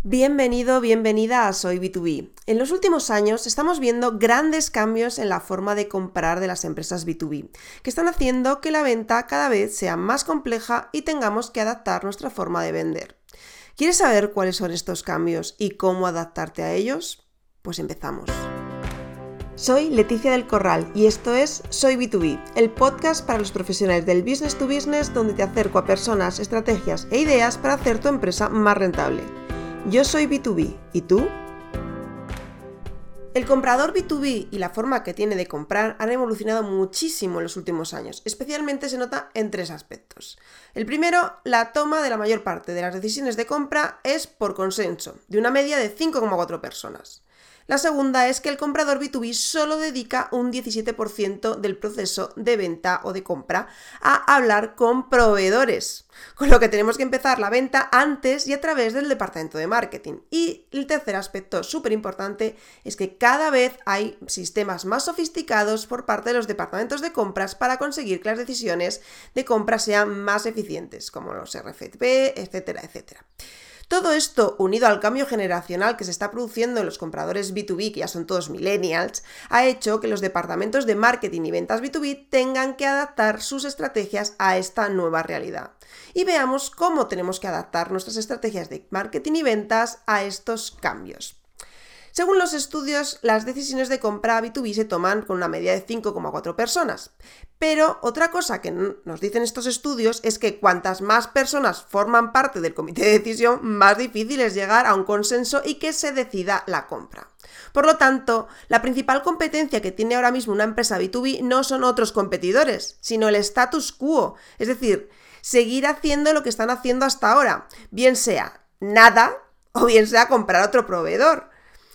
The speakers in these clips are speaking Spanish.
Bienvenido, bienvenida a Soy B2B. En los últimos años estamos viendo grandes cambios en la forma de comprar de las empresas B2B, que están haciendo que la venta cada vez sea más compleja y tengamos que adaptar nuestra forma de vender. ¿Quieres saber cuáles son estos cambios y cómo adaptarte a ellos? Pues empezamos. Soy Leticia del Corral y esto es Soy B2B, el podcast para los profesionales del business to business donde te acerco a personas, estrategias e ideas para hacer tu empresa más rentable. Yo soy B2B, ¿y tú? El comprador B2B y la forma que tiene de comprar han evolucionado muchísimo en los últimos años. Especialmente se nota en tres aspectos. El primero, la toma de la mayor parte de las decisiones de compra es por consenso, de una media de 5,4 personas. La segunda es que el comprador B2B solo dedica un 17% del proceso de venta o de compra a hablar con proveedores, con lo que tenemos que empezar la venta antes y a través del departamento de marketing. Y el tercer aspecto súper importante es que cada vez hay sistemas más sofisticados por parte de los departamentos de compras para conseguir que las decisiones de compra sean más eficientes, como los RFP, etcétera, etcétera. Todo esto, unido al cambio generacional que se está produciendo en los compradores B2B, que ya son todos millennials, ha hecho que los departamentos de marketing y ventas B2B tengan que adaptar sus estrategias a esta nueva realidad. Y veamos cómo tenemos que adaptar nuestras estrategias de marketing y ventas a estos cambios. Según los estudios, las decisiones de compra B2B se toman con una media de 5,4 personas. Pero otra cosa que nos dicen estos estudios es que cuantas más personas forman parte del comité de decisión, más difícil es llegar a un consenso y que se decida la compra. Por lo tanto, la principal competencia que tiene ahora mismo una empresa B2B no son otros competidores, sino el status quo, es decir, seguir haciendo lo que están haciendo hasta ahora, bien sea nada o bien sea comprar otro proveedor.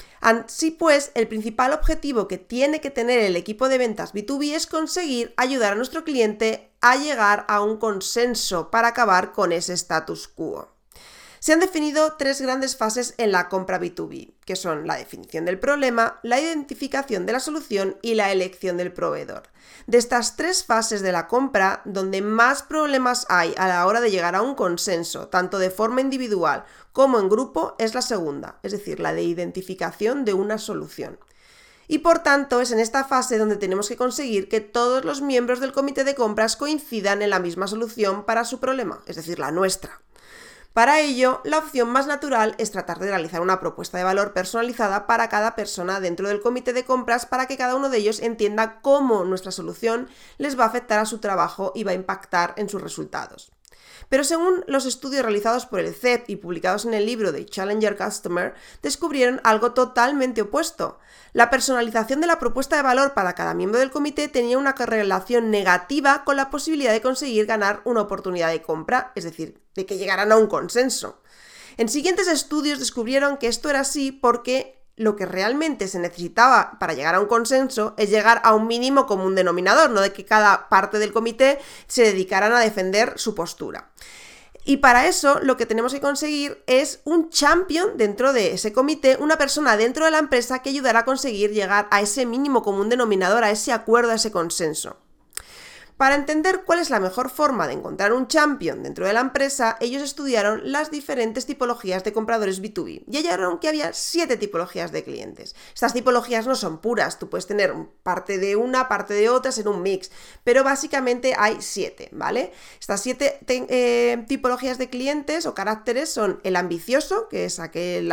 Así pues, el principal objetivo que tiene que tener el equipo de ventas B2B es conseguir ayudar a nuestro cliente a llegar a un consenso para acabar con ese status quo. Se han definido tres grandes fases en la compra B2B, que son la definición del problema, la identificación de la solución y la elección del proveedor. De estas tres fases de la compra, donde más problemas hay a la hora de llegar a un consenso, tanto de forma individual como en grupo, es la segunda, es decir, la de identificación de una solución. Y por tanto es en esta fase donde tenemos que conseguir que todos los miembros del comité de compras coincidan en la misma solución para su problema, es decir, la nuestra. Para ello, la opción más natural es tratar de realizar una propuesta de valor personalizada para cada persona dentro del comité de compras para que cada uno de ellos entienda cómo nuestra solución les va a afectar a su trabajo y va a impactar en sus resultados. Pero según los estudios realizados por el CEP y publicados en el libro de Challenger Customer, descubrieron algo totalmente opuesto. La personalización de la propuesta de valor para cada miembro del comité tenía una correlación negativa con la posibilidad de conseguir ganar una oportunidad de compra, es decir, de que llegaran a un consenso. En siguientes estudios descubrieron que esto era así porque lo que realmente se necesitaba para llegar a un consenso es llegar a un mínimo común denominador, no de que cada parte del comité se dedicaran a defender su postura. Y para eso lo que tenemos que conseguir es un champion dentro de ese comité, una persona dentro de la empresa que ayudará a conseguir llegar a ese mínimo común denominador, a ese acuerdo, a ese consenso. Para entender cuál es la mejor forma de encontrar un champion dentro de la empresa, ellos estudiaron las diferentes tipologías de compradores B2B y hallaron que había 7 tipologías de clientes. Estas tipologías no son puras, tú puedes tener parte de una, parte de otras en un mix, pero básicamente hay 7, ¿vale? Estas 7 tipologías de clientes o caracteres son el ambicioso, que es aquel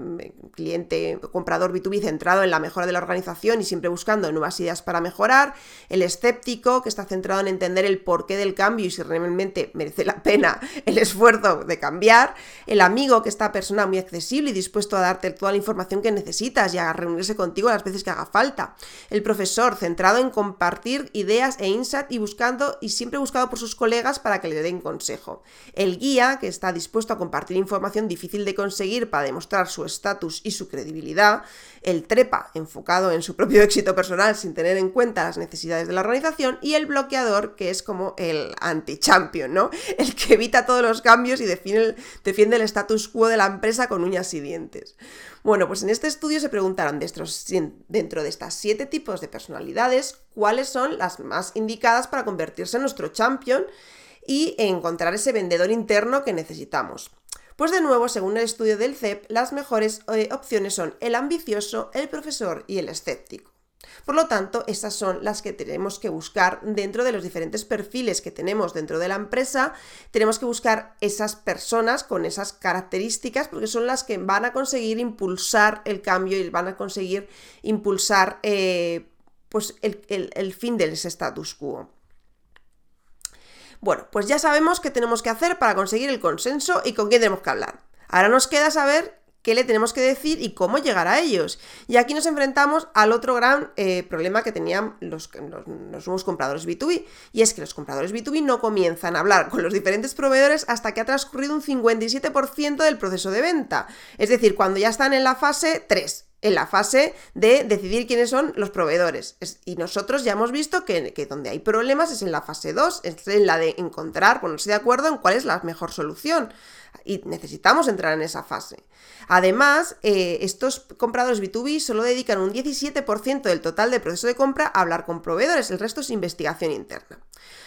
cliente comprador B2B centrado en la mejora de la organización y siempre buscando nuevas ideas para mejorar, el escéptico, que está centrado en entender el porqué del cambio y si realmente merece la pena el esfuerzo de cambiar, el amigo, que es esta persona muy accesible y dispuesto a darte toda la información que necesitas y a reunirse contigo las veces que haga falta, el profesor, centrado en compartir ideas e insight y siempre buscado por sus colegas para que le den consejo, el guía, que está dispuesto a compartir información difícil de conseguir para demostrar su estatus y su credibilidad, el trepa, enfocado en su propio éxito personal sin tener en cuenta las necesidades de la organización, y el bloqueador, que es como el anti-champion, ¿no? El que evita todos los cambios y defiende el status quo de la empresa con uñas y dientes. Bueno, pues en este estudio se preguntaron dentro de estas 7 tipos de personalidades, cuáles son las más indicadas para convertirse en nuestro champion y encontrar ese vendedor interno que necesitamos. Pues de nuevo, según el estudio del CEP, las mejores opciones son el ambicioso, el profesor y el escéptico. Por lo tanto, esas son las que tenemos que buscar dentro de los diferentes perfiles que tenemos dentro de la empresa. Tenemos que buscar esas personas con esas características porque son las que van a conseguir impulsar el cambio y van a conseguir impulsar pues el fin del status quo. Bueno, pues ya sabemos qué tenemos que hacer para conseguir el consenso y con quién tenemos que hablar. Ahora nos queda saber qué le tenemos que decir y cómo llegar a ellos. Y aquí nos enfrentamos al otro gran problema que tenían los nuevos compradores B2B, y es que los compradores B2B no comienzan a hablar con los diferentes proveedores hasta que ha transcurrido un 57% del proceso de venta. Es decir, cuando ya están en la fase 3. En la fase de decidir quiénes son los proveedores. Y nosotros ya hemos visto que donde hay problemas es en la fase 2, es en la de encontrar, ponerse de acuerdo en cuál es la mejor solución. Y necesitamos entrar en esa fase. Además, estos compradores B2B solo dedican un 17% del total del proceso de compra a hablar con proveedores, el resto es investigación interna.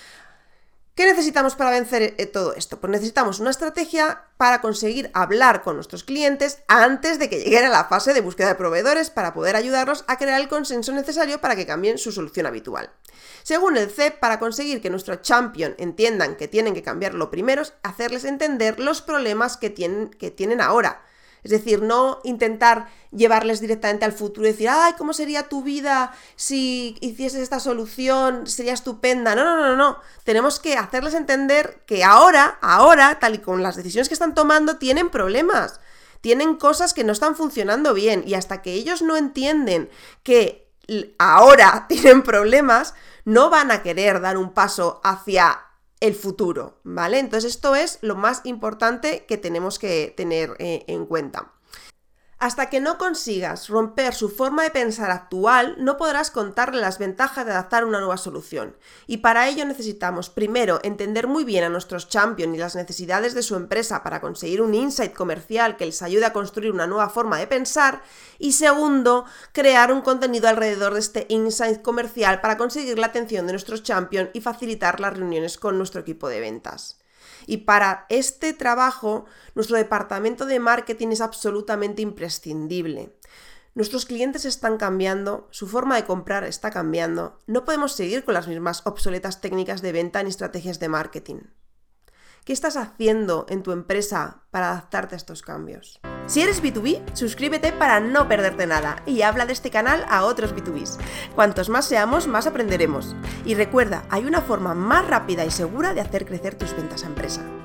¿Qué necesitamos para vencer todo esto? Pues necesitamos una estrategia para conseguir hablar con nuestros clientes antes de que lleguen a la fase de búsqueda de proveedores para poder ayudarlos a crear el consenso necesario para que cambien su solución habitual. Según el CEP, para conseguir que nuestro champion entiendan que tienen que cambiar lo primero es hacerles entender los problemas que tienen ahora. Es decir, no intentar llevarles directamente al futuro y decir, ¡ay, cómo sería tu vida si hicieses esta solución! Sería estupenda. No. Tenemos que hacerles entender que ahora, tal y con las decisiones que están tomando, tienen problemas. Tienen cosas que no están funcionando bien. Y hasta que ellos no entienden que ahora tienen problemas, no van a querer dar un paso hacia el futuro, ¿vale? Entonces esto es lo más importante que tenemos que tener en cuenta. Hasta que no consigas romper su forma de pensar actual, no podrás contarle las ventajas de adaptar una nueva solución. Y para ello necesitamos, primero, entender muy bien a nuestros champions y las necesidades de su empresa para conseguir un insight comercial que les ayude a construir una nueva forma de pensar. Y segundo, crear un contenido alrededor de este insight comercial para conseguir la atención de nuestros champions y facilitar las reuniones con nuestro equipo de ventas. Y para este trabajo, nuestro departamento de marketing es absolutamente imprescindible. Nuestros clientes están cambiando, su forma de comprar está cambiando. No podemos seguir con las mismas obsoletas técnicas de venta ni estrategias de marketing. ¿Qué estás haciendo en tu empresa para adaptarte a estos cambios? Si eres B2B, suscríbete para no perderte nada y habla de este canal a otros B2Bs. Cuantos más seamos, más aprenderemos. Y recuerda, hay una forma más rápida y segura de hacer crecer tus ventas a empresa.